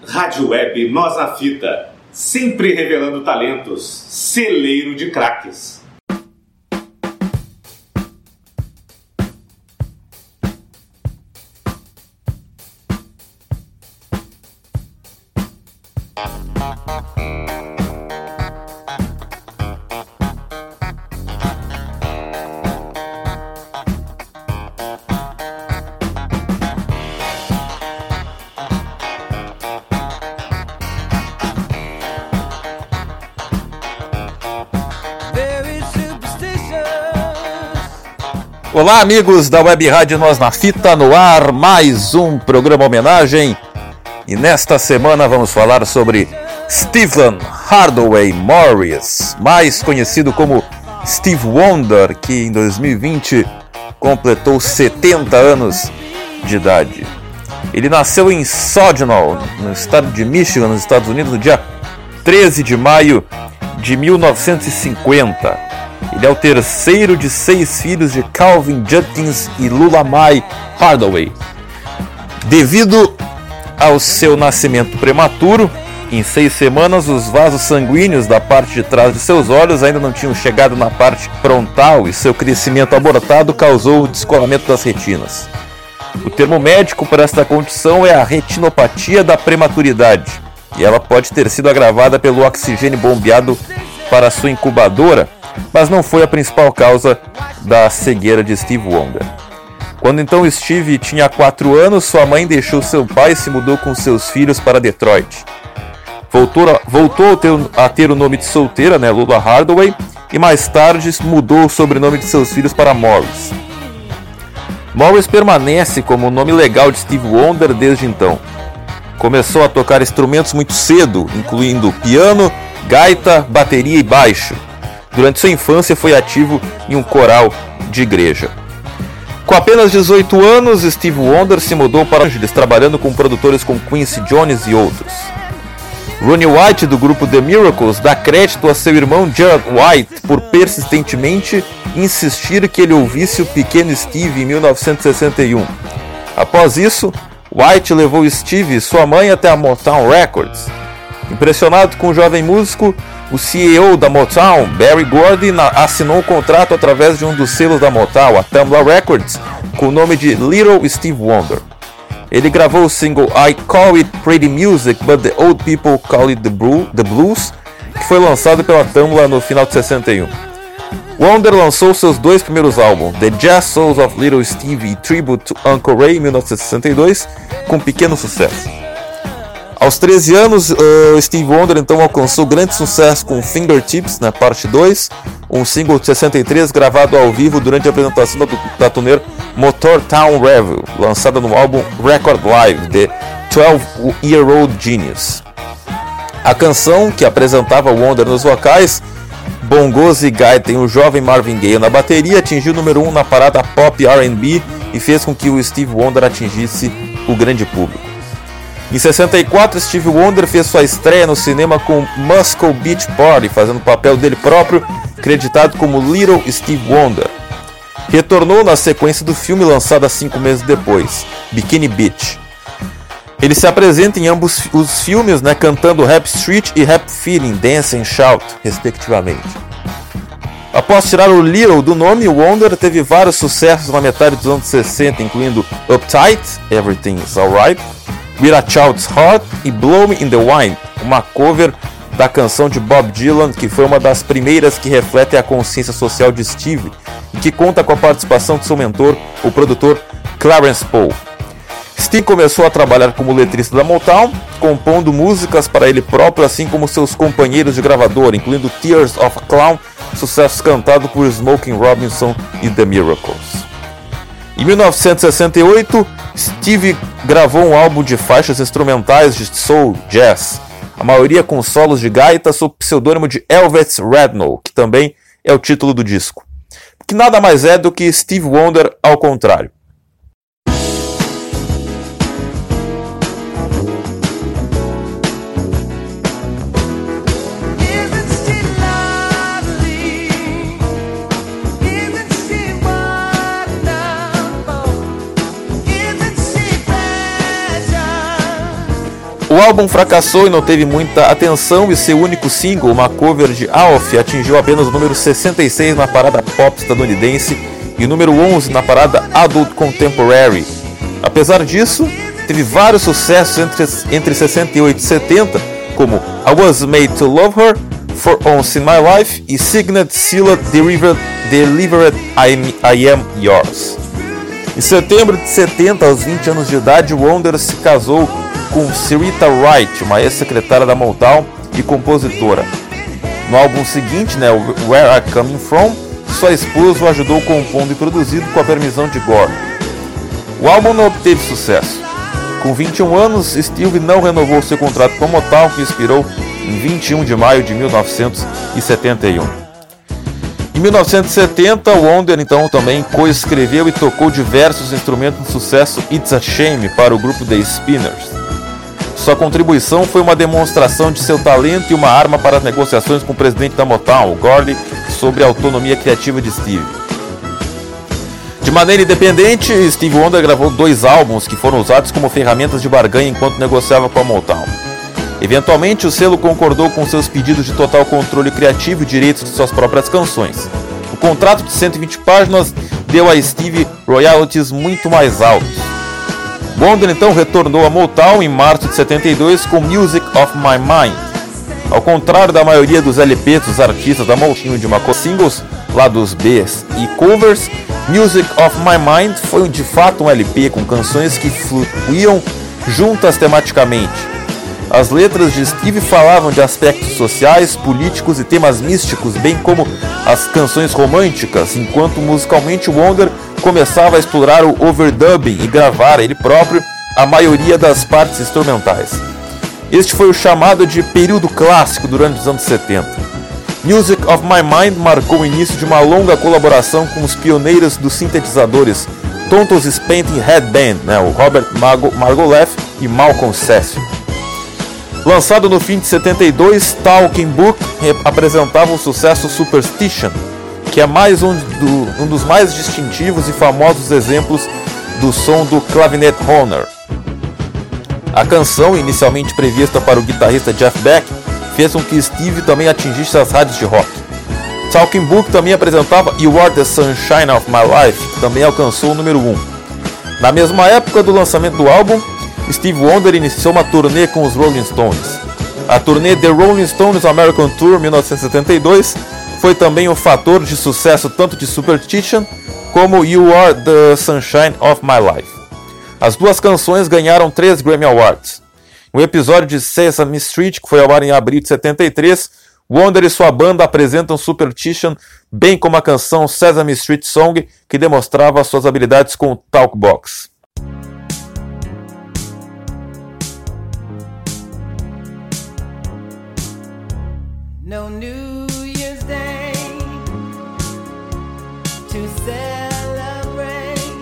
Rádio Web Nós na Fita, sempre revelando talentos, celeiro de craques. Olá, amigos da Web Rádio Nós na Fita, no ar mais um programa homenagem. E nesta semana vamos falar sobre Stephen Hardaway Morris, mais conhecido como Steve Wonder, que em 2020 completou 70 anos de idade. Ele nasceu em Saginaw, no estado de Michigan, nos Estados Unidos, no dia 13 de maio de 1950. Ele é o terceiro de 6 filhos de Calvin Judkins e Lula Mae Hardaway. Devido ao seu nascimento prematuro, em 6 semanas os vasos sanguíneos da parte de trás de seus olhos ainda não tinham chegado na parte frontal e seu crescimento abortado causou o descolamento das retinas. O termo médico para esta condição é a retinopatia da prematuridade, e ela pode ter sido agravada pelo oxigênio bombeado para sua incubadora, mas não foi a principal causa da cegueira de Steve Wonder. Quando então Steve tinha 4 anos, sua mãe deixou seu pai e se mudou com seus filhos para Detroit. Voltou a ter o nome de solteira, Lula Hardaway, e mais tarde mudou o sobrenome de seus filhos para Morris. Morris permanece como o nome legal de Steve Wonder desde então. Começou a tocar instrumentos muito cedo, incluindo piano, gaita, bateria e baixo. Durante sua infância foi ativo em um coral de igreja. Com apenas 18 anos, Steve Wonder se mudou para Los Angeles, trabalhando com produtores como Quincy Jones e outros. Ronnie White, do grupo The Miracles, dá crédito a seu irmão Gerard White por persistentemente insistir que ele ouvisse o pequeno Steve em 1961. Após isso, White levou Steve e sua mãe até a Motown Records. Impressionado com o jovem músico, o CEO da Motown, Berry Gordy, assinou um contrato através de um dos selos da Motown, a Tamla Records, com o nome de Little Steve Wonder. Ele gravou o single I Call It Pretty Music, but the Old People Call It the Blues, que foi lançado pela Tamla no final de 61. Wonder lançou seus 2 primeiros álbuns, The Jazz Souls of Little Steve e Tribute to Uncle Ray, em 1962, com pequeno sucesso. Aos 13 anos, Steve Wonder então alcançou grande sucesso com Fingertips, na parte 2, um single de 63 gravado ao vivo durante a apresentação da turnê Motortown Revue, lançada no álbum Record Live, The 12-Year-Old Genius. A canção, que apresentava Wonder nos vocais, bongos e gaita e o jovem Marvin Gaye na bateria, atingiu o número 1 na parada Pop R&B e fez com que o Steve Wonder atingisse o grande público. Em 64, Steve Wonder fez sua estreia no cinema com Moscow Beach Party, fazendo o papel dele próprio, creditado como Little Steve Wonder. Retornou na sequência do filme lançado 5 meses depois, Bikini Beach. Ele se apresenta em ambos os filmes, cantando Rap Street e Rap Feeling, Dance and Shout, respectivamente. Após tirar o Little do nome, Wonder teve vários sucessos na metade dos anos 60, incluindo Uptight, Everything's Alright, With a Child's Heart e Blow Me in the Wind, uma cover da canção de Bob Dylan, que foi uma das primeiras que refletem a consciência social de Steve e que conta com a participação de seu mentor, o produtor Clarence Poe. Steve começou a trabalhar como letrista da Motown, compondo músicas para ele próprio, assim como seus companheiros de gravadora, incluindo Tears of a Clown, sucesso cantado por Smokey Robinson e The Miracles. Em 1968, Steve gravou um álbum de faixas instrumentais de soul jazz, a maioria com solos de gaita sob o pseudônimo de Elvis Redknapp, que também é o título do disco, que nada mais é do que Steve Wonder ao contrário. O álbum fracassou e não teve muita atenção, e seu único single, uma cover de Alf, atingiu apenas o número 66 na parada pop estadunidense e o número 11 na parada Adult Contemporary. Apesar disso, teve vários sucessos entre 68 e 70, como I Was Made to Love Her, For Once in My Life e Signet Sealed Delivered I Am Yours. Em setembro de 70, aos 20 anos de idade, Wonder se casou com Syreeta Wright, uma ex-secretária da Motown e compositora. No álbum seguinte, Where I Coming From, sua esposa o ajudou compondo e produzido com a permissão de Gore. O álbum não obteve sucesso. Com 21 anos, Steve não renovou seu contrato com a Motown, que expirou em 21 de maio de 1971. Em 1970, Wonder então também coescreveu e tocou diversos instrumentos de sucesso It's a Shame para o grupo The Spinners. Sua contribuição foi uma demonstração de seu talento e uma arma para as negociações com o presidente da Motown, Gordy, sobre a autonomia criativa de Steve. De maneira independente, Steve Wonder gravou 2 álbuns que foram usados como ferramentas de barganha enquanto negociava com a Motown. Eventualmente, o selo concordou com seus pedidos de total controle criativo e direitos de suas próprias canções. O contrato de 120 páginas deu a Steve royalties muito mais altos. Wonder então retornou a Motown em março de 72 com Music of My Mind. Ao contrário da maioria dos LPs dos artistas da Motown de uma singles, lados B e covers, Music of My Mind foi de fato um LP com canções que fluíam juntas tematicamente. As letras de Steve falavam de aspectos sociais, políticos e temas místicos, bem como as canções românticas, enquanto musicalmente Wonder começava a explorar o overdubbing e gravar ele próprio a maioria das partes instrumentais. Este foi o chamado de período clássico durante os anos 70. Music of My Mind marcou o início de uma longa colaboração com os pioneiros dos sintetizadores Tonto's Spanking Headband, o Robert Margouleff e Malcolm Cecil. Lançado no fim de 72, Talking Book apresentava o sucesso Superstition, que é mais um dos mais distintivos e famosos exemplos do som do clavinet Horner. A canção, inicialmente prevista para o guitarrista Jeff Beck, fez com que Steve também atingisse as rádios de rock. Talking Book também apresentava You Are the Sunshine of My Life, que também alcançou o número 1. Na mesma época do lançamento do álbum, Steve Wonder iniciou uma turnê com os Rolling Stones. A turnê The Rolling Stones American Tour 1972 foi também um fator de sucesso tanto de Superstition como You Are the Sunshine of My Life. As duas canções ganharam 3 Grammy Awards. Um episódio de Sesame Street, que foi ao ar em abril de 73, Wonder e sua banda apresentam Superstition, bem como a canção Sesame Street Song, que demonstrava suas habilidades com o talkbox. No New Year's Day to celebrate.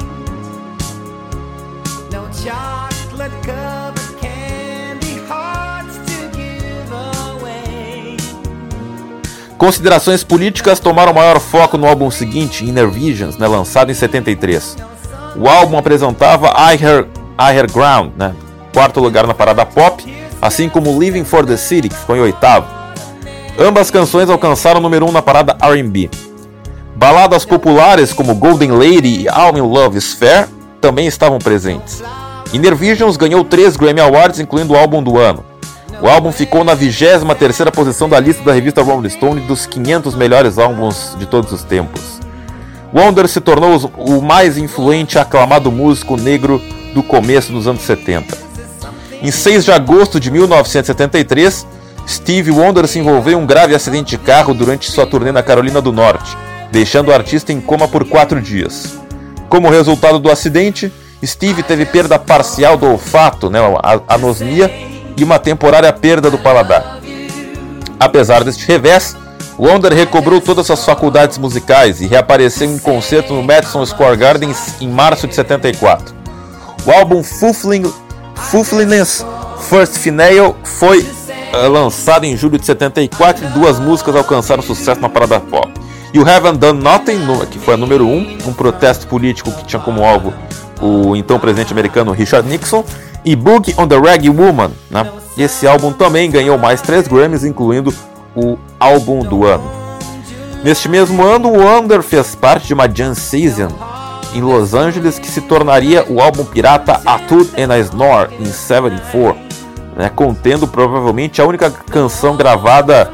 No chocolate covered candy hearts to give away. Considerações políticas tomaram maior foco no álbum seguinte, Inner Visions, lançado em 73. O álbum apresentava Higher Ground, quarto lugar na parada pop, assim como Living for the City, que ficou em 8º. Ambas canções alcançaram o número 1 na parada R&B. Baladas populares como Golden Lady e All in Love is Fair também estavam presentes. Inner Visions ganhou 3 Grammy Awards, incluindo o álbum do ano. O álbum ficou na 23ª posição da lista da revista Rolling Stone dos 500 melhores álbuns de todos os tempos. Wonder se tornou o mais influente e aclamado músico negro do começo dos anos 70. Em 6 de agosto de 1973, Steve Wonder se envolveu em um grave acidente de carro durante sua turnê na Carolina do Norte, deixando o artista em coma por 4 dias. Como resultado do acidente, Steve teve perda parcial do olfato, anosmia, e uma temporária perda do paladar. Apesar deste revés, Wonder recobrou todas as faculdades musicais e reapareceu em concerto no Madison Square Garden em março de 74. O álbum Fulfillingness First Finale foi lançado em julho de 74 e 2 músicas alcançaram sucesso na parada pop. You Haven't Done Nothing, que foi a número 1, um protesto político que tinha como alvo o então presidente americano Richard Nixon, e Boogie on the Reggae Woman, esse álbum também ganhou mais 3 Grammys, incluindo o álbum do ano. Neste mesmo ano, o Wonder fez parte de uma jam session em Los Angeles que se tornaria o álbum pirata A Toot and I Snore em 74, contendo provavelmente a única canção gravada,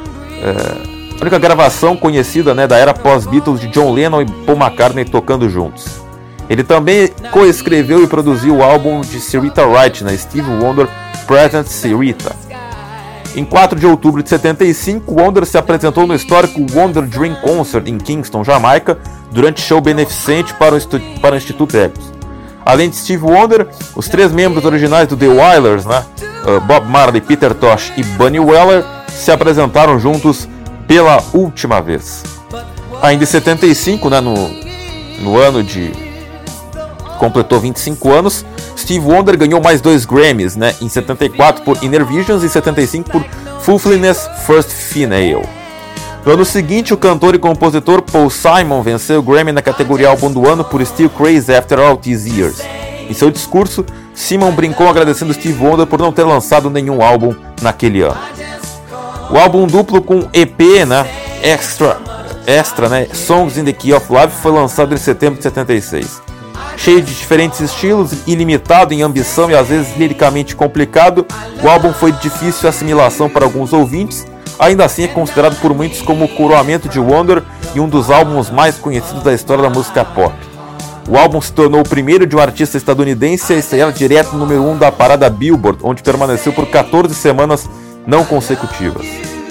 a única gravação conhecida da era pós-Beatles de John Lennon e Paul McCartney tocando juntos. Ele também coescreveu e produziu o álbum de Syreeta Wright, Stevie Wonder Presents Syreeta. Em 4 de outubro de 75, Wonder se apresentou no histórico Wonder Dream Concert em Kingston, Jamaica, durante show beneficente para o Instituto Egos. Além de Stevie Wonder, os 3 membros originais do The Wailers, Bob Marley, Peter Tosh e Bunny Weller, se apresentaram juntos pela última vez. Ainda em 75, no ano de... completou 25 anos, Stevie Wonder ganhou mais 2 Grammys, em 74 por Inner Visions e 75 por Fulfillingness First Female. No ano seguinte, o cantor e compositor Paul Simon venceu o Grammy na categoria Álbum do Ano por Still Crazy After All These Years. Em seu discurso, Simon brincou agradecendo Stevie Wonder por não ter lançado nenhum álbum naquele ano. O álbum duplo com EP, extra, Songs in the Key of Life, foi lançado em setembro de 76. Cheio de diferentes estilos, ilimitado em ambição e às vezes liricamente complicado, o álbum foi de difícil assimilação para alguns ouvintes, ainda assim é considerado por muitos como o coroamento de Wonder e um dos álbuns mais conhecidos da história da música pop. O álbum se tornou o primeiro de um artista estadunidense a estrear direto no número 1 da parada Billboard, onde permaneceu por 14 semanas não consecutivas.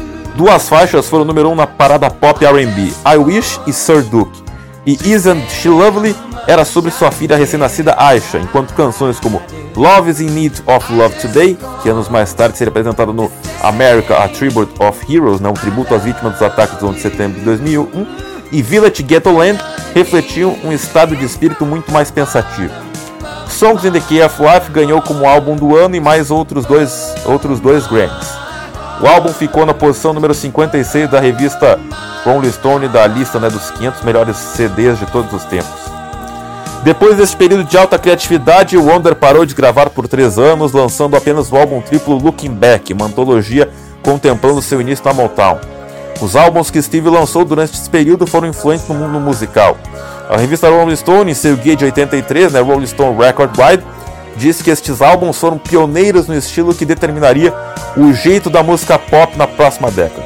2 faixas foram número 1 na parada pop R&B, I Wish e Sir Duke, e Isn't She Lovely era sobre sua filha recém-nascida Aisha, enquanto canções como Love is in Need of Love Today, que anos mais tarde seria apresentada no America, A Tribute of Heroes, um tributo às vítimas dos ataques do 11 de setembro de 2001, e Village Ghetto Land refletiam um estado de espírito muito mais pensativo. Songs in the Key of Life ganhou como álbum do ano e mais outros dois Grammys. O álbum ficou na posição número 56 da revista Rolling Stone da lista dos 500 melhores CDs de todos os tempos. Depois deste período de alta criatividade, o Wonder parou de gravar por 3 anos, lançando apenas o álbum triplo Looking Back, uma antologia contemplando seu início na Motown. Os álbuns que Steve lançou durante esse período foram influentes no mundo musical. A revista Rolling Stone, em seu guia de 83, Rolling Stone Record Guide, disse que estes álbuns foram pioneiros no estilo que determinaria o jeito da música pop na próxima década.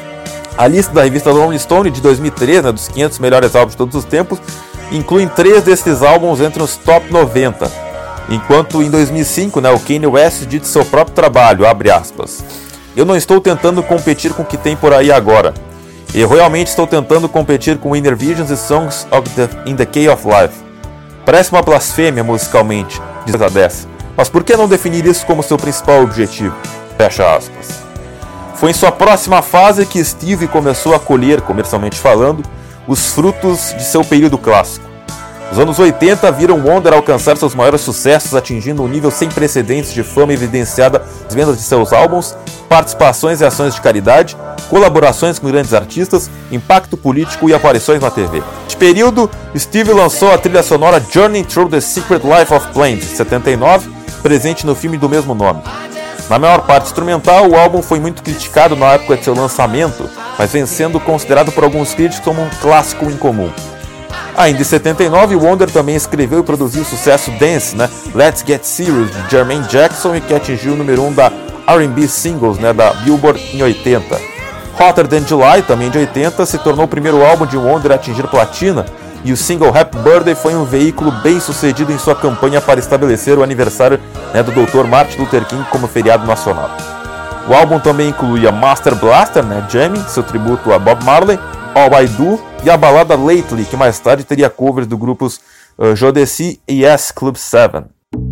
A lista da revista Rolling Stone de 2003, dos 500 melhores álbuns de todos os tempos, inclui 3 desses álbuns entre os top 90, enquanto em 2005 o Kanye West disse seu próprio trabalho, abre aspas, eu não estou tentando competir com o que tem por aí agora, eu realmente estou tentando competir com Inner Visions e Songs in the Key of Life. Parece uma blasfêmia musicalmente, diz a dessa, mas por que não definir isso como seu principal objetivo? Fecha aspas. Foi em sua próxima fase que Steve começou a colher, comercialmente falando, os frutos de seu período clássico. Os anos 80 viram Wonder alcançar seus maiores sucessos, atingindo um nível sem precedentes de fama evidenciada nas vendas de seus álbuns, participações em ações de caridade, colaborações com grandes artistas, impacto político e aparições na TV. Neste período, Steve lançou a trilha sonora Journey Through the Secret Life of Planes, de 79, presente no filme do mesmo nome. Na maior parte instrumental, o álbum foi muito criticado na época de seu lançamento, mas vem sendo considerado por alguns críticos como um clássico incomum. Ainda em 79, Wonder também escreveu e produziu o sucesso Dance, Let's Get Serious, de Jermaine Jackson, e que atingiu o número 1 da R&B Singles, da Billboard em 80. Hotter Than July, também de 80, se tornou o primeiro álbum de Wonder a atingir platina, e o single Happy Birthday foi um veículo bem sucedido em sua campanha para estabelecer o aniversário do Dr. Martin Luther King como feriado nacional. O álbum também incluía Master Blaster, Jamming, seu tributo a Bob Marley, All I Do e a balada Lately, que mais tarde teria covers do grupos Jodeci e Yes Club 7.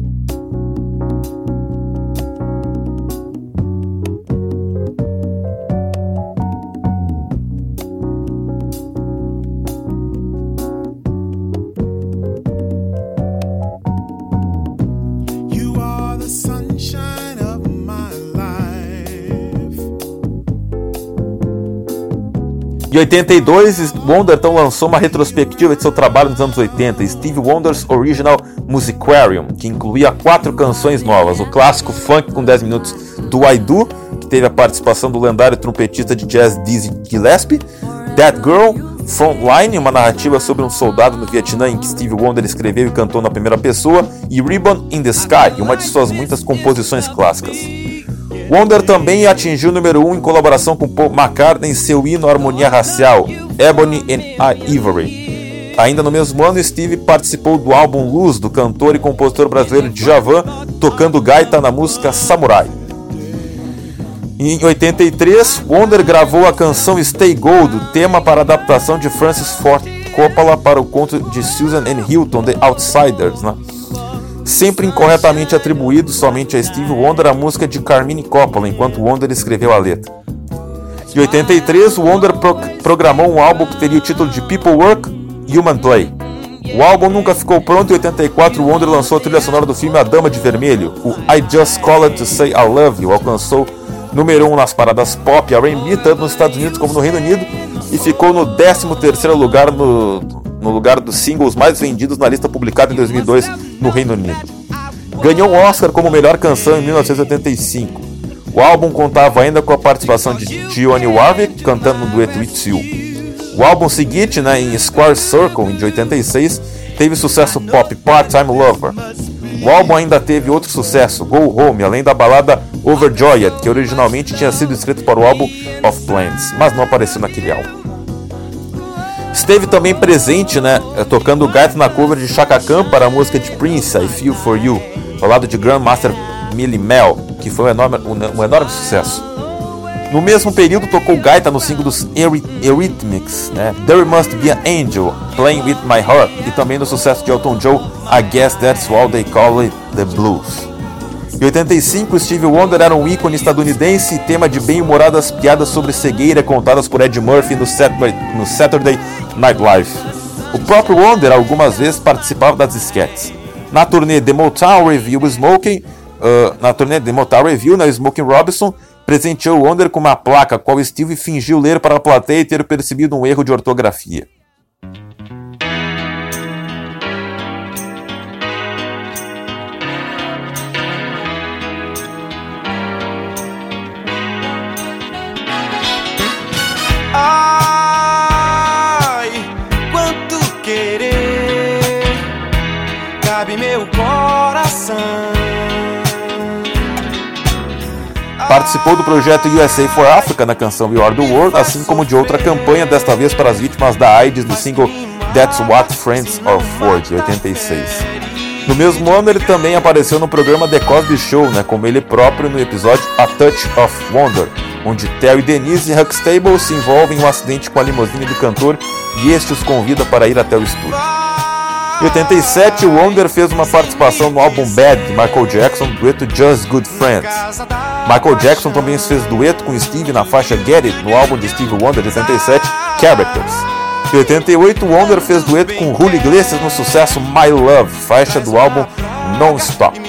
Em 82, Wonder então lançou uma retrospectiva de seu trabalho nos anos 80, Steve Wonder's Original Musicarium, que incluía 4 canções novas, o clássico Funk com 10 minutos Do I Do, que teve a participação do lendário trompetista de jazz Dizzy Gillespie, That Girl, Frontline, uma narrativa sobre um soldado no Vietnã em que Stevie Wonder escreveu e cantou na primeira pessoa, e Ribbon in the Sky, uma de suas muitas composições clássicas. Wonder também atingiu o número 1 em colaboração com Paul McCartney em seu hino à harmonia racial, Ebony and Ivory. Ainda no mesmo ano, Stevie participou do álbum Luz, do cantor e compositor brasileiro Djavan, tocando gaita na música Samurai. Em 83, Wonder gravou a canção Stay Gold, tema para a adaptação de Francis Ford Coppola para o conto de Susan N. Hilton, The Outsiders, né? Sempre incorretamente atribuído somente a Stevie Wonder, a música de Carmine Coppola, enquanto Wonder escreveu a letra. Em 83, Wonder programou um álbum que teria o título de People Work, Human Play. O álbum nunca ficou pronto e em 84 Wonder lançou a trilha sonora do filme A Dama de Vermelho. O I Just Called to Say I Love You alcançou número 1 nas paradas pop e R&B, tanto nos Estados Unidos como no Reino Unido, e ficou no 13º lugar no lugar dos singles mais vendidos na lista publicada em 2002 no Reino Unido. Ganhou um Oscar como melhor canção em 1985. O álbum contava ainda com a participação de Dionne Warwick cantando no dueto It's You. O álbum seguinte, em Square Circle, de 86, teve sucesso pop Part-Time Lover. O álbum ainda teve outro sucesso, Go Home, além da balada Overjoyed, que originalmente tinha sido escrito para o álbum Of Plans, mas não apareceu naquele álbum. Esteve também presente, tocando gaita na cover de Chaka Khan para a música de Prince, I Feel For You, ao lado de Grandmaster Millie Mel, que foi um enorme sucesso. No mesmo período tocou gaita no single dos Eurythmics, There Must Be an Angel, Playing With My Heart, e também no sucesso de Elton John, I Guess That's Why They Call It The Blues. Em 85, Stevie Wonder era um ícone estadunidense e tema de bem-humoradas piadas sobre cegueira contadas por Ed Murphy no Saturday Night Live. O próprio Wonder algumas vezes participava das esquetes. Na turnê The Motown Revue, Smokey Robinson presenteou Wonder com uma placa, qual Stevie fingiu ler para a plateia e ter percebido um erro de ortografia. Ai, quanto querer cabe meu coração. Participou do projeto USA for Africa na canção We Are the World, assim como de outra campanha, desta vez para as vítimas da AIDS, no single That's What Friends Are For, de 86. No mesmo ano, ele também apareceu no programa The Cosby Show, como ele próprio no episódio A Touch of Wonder, onde Terry Denise e Huxtable se envolvem em um acidente com a limusine do cantor e este os convida para ir até o estúdio. Em 87, Wonder fez uma participação no álbum Bad de Michael Jackson, do dueto Just Good Friends. Michael Jackson também fez dueto com Stevie na faixa Get It, no álbum de Stevie Wonder de 87, Characters. Em 88, Wonder fez dueto com Julio Iglesias no sucesso My Love, faixa do álbum Non-Stop.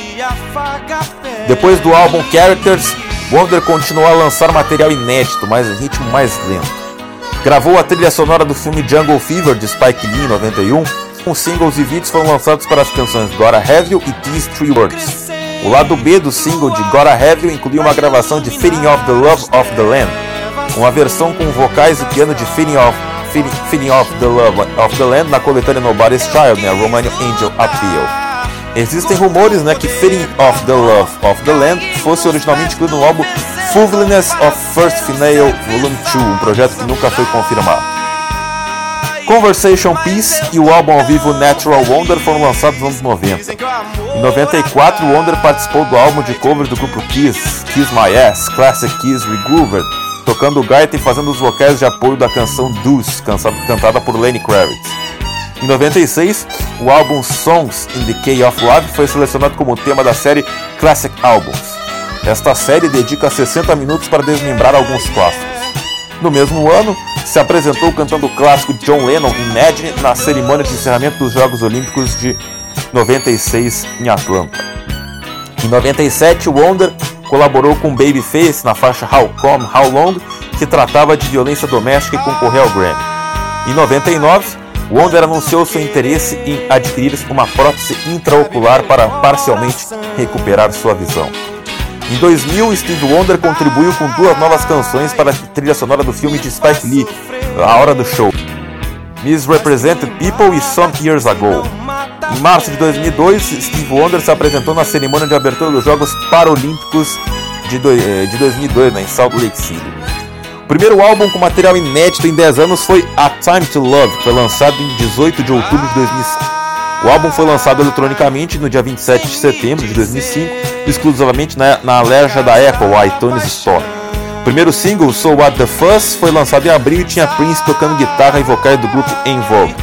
Depois do álbum Characters, Wonder continuou a lançar material inédito, mas em ritmo mais lento. Gravou a trilha sonora do filme Jungle Fever de Spike Lee em 91. Os singles e vídeos foram lançados para as canções Gotta Have You e These Three Words. O lado B do single de Gotta Have You incluiu uma gravação de Feeding Off the Love of the Land, uma versão com vocais e piano de Feeding Off the Love of the Land na coletânea Nobody's Child, a Romanian Angel Appeal. Existem rumores que Feeding Off the Love of the Land fosse originalmente incluído no álbum Fullness of First Female Volume 2, um projeto que nunca foi confirmado. Conversation Piece e o álbum ao vivo Natural Wonder foram lançados nos anos 90. Em 94, Wonder participou do álbum de covers do grupo Kiss, Kiss My Ass, Classic Kiss Regrooved, tocando gaita e fazendo os vocais de apoio da canção Deuce, cantada por Lenny Kravitz. Em 96, o álbum Songs in the Key of Love foi selecionado como tema da série Classic Albums. Esta série dedica 60 minutos para desmembrar alguns clássicos. No mesmo ano, se apresentou cantando o clássico John Lennon Imagine na cerimônia de encerramento dos Jogos Olímpicos de 96 em Atlanta. Em 97, Wonder colaborou com Babyface na faixa How Come, How Long, que tratava de violência doméstica e concorreu ao Grammy. Em 99, Wonder anunciou seu interesse em adquirir uma prótese intraocular para parcialmente recuperar sua visão. Em 2000, Stevie Wonder contribuiu com 2 novas canções para a trilha sonora do filme de Spike Lee, A Hora do Show, Misrepresented People e Some Years Ago. Em março de 2002, Stevie Wonder se apresentou na cerimônia de abertura dos Jogos Paralímpicos de 2002, em Salt Lake City. O primeiro álbum com material inédito em 10 anos foi A Time to Love, que foi lançado em 18 de outubro de 2005. O álbum foi lançado eletronicamente no dia 27 de setembro de 2005, exclusivamente na loja da Apple, a iTunes Store. O primeiro single, So What The Fuss, foi lançado em abril e tinha Prince tocando guitarra e vocais do grupo En Vogue.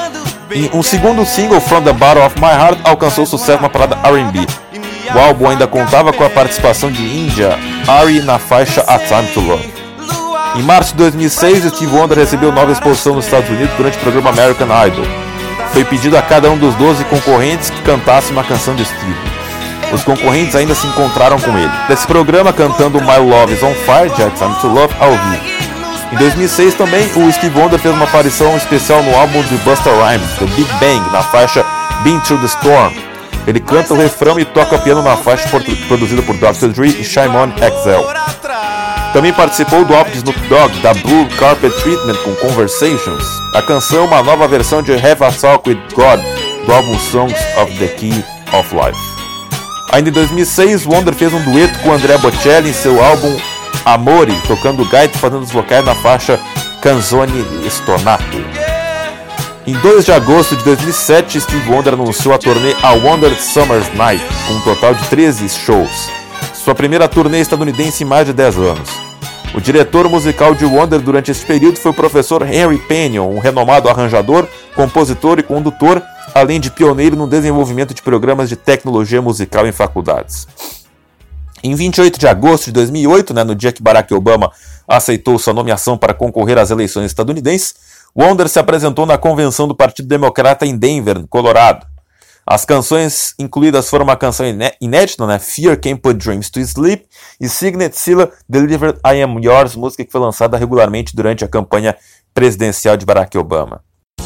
Um segundo single, From The Bottom of My Heart, alcançou sucesso na parada R&B. O álbum ainda contava com a participação de India Arie na faixa A Time To Love. Em março de 2006, Stevie Wonder recebeu nova exposição nos Estados Unidos durante o programa American Idol. Foi pedido a cada um dos 12 concorrentes que cantasse uma canção de Stevie. Os concorrentes ainda se encontraram com ele nesse programa cantando My Love Is On Fire, de A Time To Love, ao vivo. Em 2006 também, o Stevie Wonder fez uma aparição especial no álbum de Busta Rhymes, The Big Bang, na faixa Been Through The Storm. Ele canta o refrão e toca piano na faixa produzida por Dr. Dre e Shimon XL. Também participou do álbum de Snoop Dogg, da Blue Carpet Treatment com Conversations. A canção é uma nova versão de Have a Talk With God, do álbum Songs of the Key of Life. Ainda em 2006, Wonder fez um dueto com Andrea Bocelli em seu álbum Amore, tocando gaita e fazendo os vocais na faixa Canzone Stonato. Em 2 de agosto de 2007, Stevie Wonder anunciou a turnê A Wonder Summer's Night, com um total de 13 shows. Sua primeira turnê estadunidense em mais de 10 anos. O diretor musical de Wonder durante esse período foi o professor Henry Penion, um renomado arranjador, compositor e condutor, além de pioneiro no desenvolvimento de programas de tecnologia musical em faculdades. Em 28 de agosto de 2008, no dia que Barack Obama aceitou sua nomeação para concorrer às eleições estadunidenses, Wonder se apresentou na convenção do Partido Democrata em Denver, Colorado. As canções incluídas foram uma canção inédita, Fear Can't Put Dreams to Sleep, e Signet Silla Delivered I Am Yours, música que foi lançada regularmente durante a campanha presidencial de Barack Obama.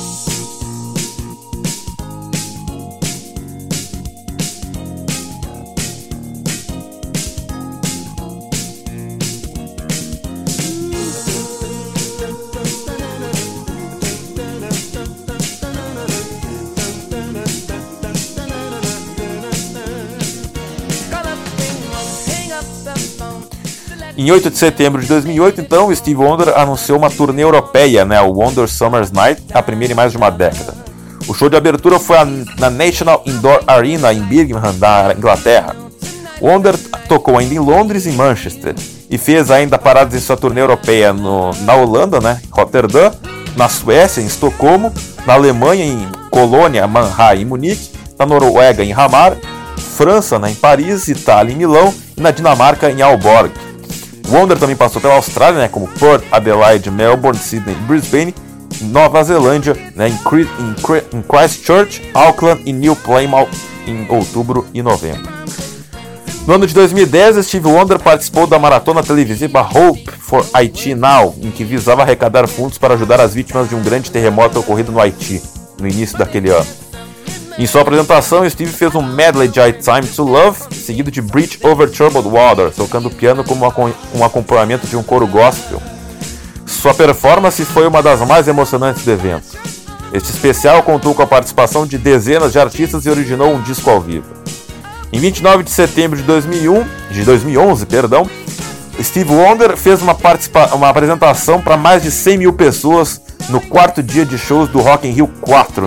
Em 8 de setembro de 2008, então, Stevie Wonder anunciou uma turnê europeia, o Wonder Summer's Night, a primeira em mais de uma década. O show de abertura foi na National Indoor Arena, em Birmingham, na Inglaterra. Wonder tocou ainda em Londres e Manchester, e fez ainda paradas em sua turnê europeia na Holanda, Rotterdam, na Suécia, em Estocolmo, na Alemanha, em Colônia, Mannheim e Munique, na Noruega, em Hamar, França, em Paris, Itália, em Milão, e na Dinamarca, em Aalborg. Wonder também passou pela Austrália, como Perth, Adelaide, Melbourne, Sydney e Brisbane, Nova Zelândia, em Christchurch, Auckland e New Plymouth em outubro e novembro. No ano de 2010, Stevie Wonder participou da maratona televisiva Hope for Haiti Now, em que visava arrecadar fundos para ajudar as vítimas de um grande terremoto ocorrido no Haiti, no início daquele ano. Em sua apresentação, Stevie fez um medley de A Time to Love, seguido de Bridge Over Troubled Water, tocando piano como um acompanhamento de um coro gospel. Sua performance foi uma das mais emocionantes do evento. Este especial contou com a participação de dezenas de artistas e originou um disco ao vivo. Em 29 de setembro de 2011, Stevie Wonder fez uma apresentação para mais de 100 mil pessoas no 4º dia de shows do Rock in Rio 4,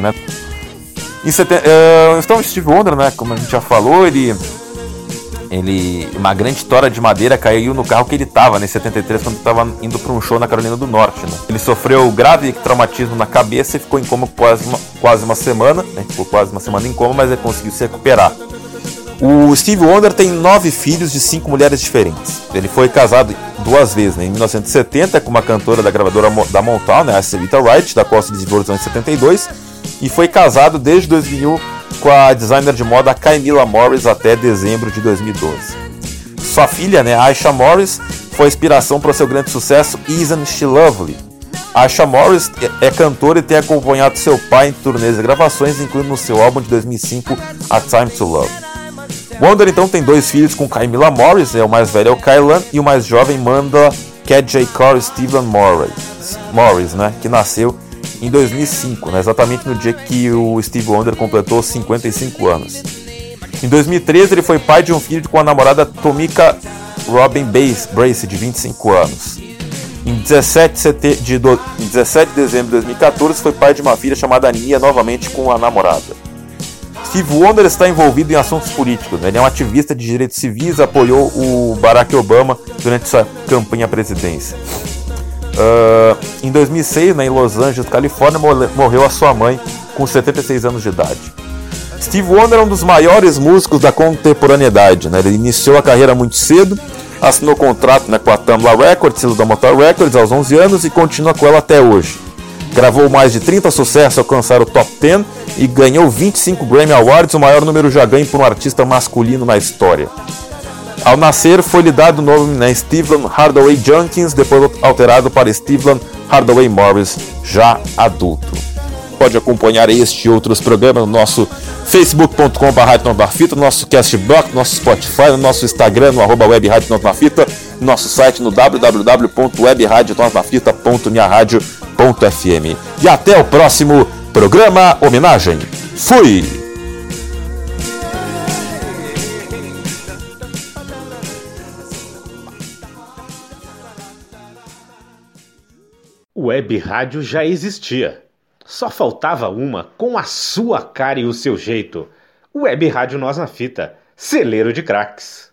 Então, Stevie Wonder, como a gente já falou, uma grande tora de madeira caiu no carro que ele estava, em 73, quando estava indo para um show na Carolina do Norte. Ele sofreu grave traumatismo na cabeça e ficou em coma quase uma semana, ficou quase uma semana em coma, mas ele conseguiu se recuperar. O Stevie Wonder tem 9 filhos de 5 mulheres diferentes. Ele foi casado 2 vezes, em 1970 com uma cantora da gravadora da Motown, a Celita Wright, da qual se divorciou em 72, e foi casado desde 2001 com a designer de moda Camila Morris até dezembro de 2012. Sua filha, Aisha Morris, foi a inspiração para o seu grande sucesso Isn't She Lovely? Aisha Morris é cantora e tem acompanhado seu pai em turnês e gravações, incluindo no seu álbum de 2005 A Time to Love. Wonder então tem 2 filhos com Camila Morris, o mais velho é o Kylan, e o mais jovem Manda J. Corey Steven Morris, né, que nasceu em 2005, né, exatamente no dia que o Steve Wonder completou 55 anos. Em 2013 ele foi pai de um filho com a namorada Tomika Robin Brace, de 25 anos. Em 17 de dezembro de 2014 foi pai de uma filha chamada Nia, novamente com a namorada. Steve Wonder está envolvido em assuntos políticos, né? Ele é um ativista de direitos civis, apoiou o Barack Obama durante sua campanha à presidência. Em 2006, em Los Angeles, Califórnia, morreu a sua mãe com 76 anos de idade. Steve Wonder é um dos maiores músicos da contemporaneidade, né? Ele iniciou a carreira muito cedo, assinou contrato, né, com a Tamla Records, selo da Motown Records, aos 11 anos e continua com ela até hoje. Gravou mais de 30 sucessos, alcançaram o top 10 e ganhou 25 Grammy Awards, o maior número já ganho por um artista masculino na história. Ao nascer, foi-lhe dado o nome, né, Stephen Hardaway Jenkins, depois alterado para Stephen Hardaway Morris, já adulto. Pode acompanhar este e outros programas no nosso facebook.com/RadioNotaFita, no nosso Castbox, no nosso Spotify, no nosso Instagram, no @WebRadioNotaFita, no nosso site no www.webradionotafita.minharadio.fm. E até o próximo programa Homenagem. Fui! Web Rádio já existia. Só faltava uma com a sua cara e o seu jeito. Web Rádio Nós na Fita, celeiro de craques.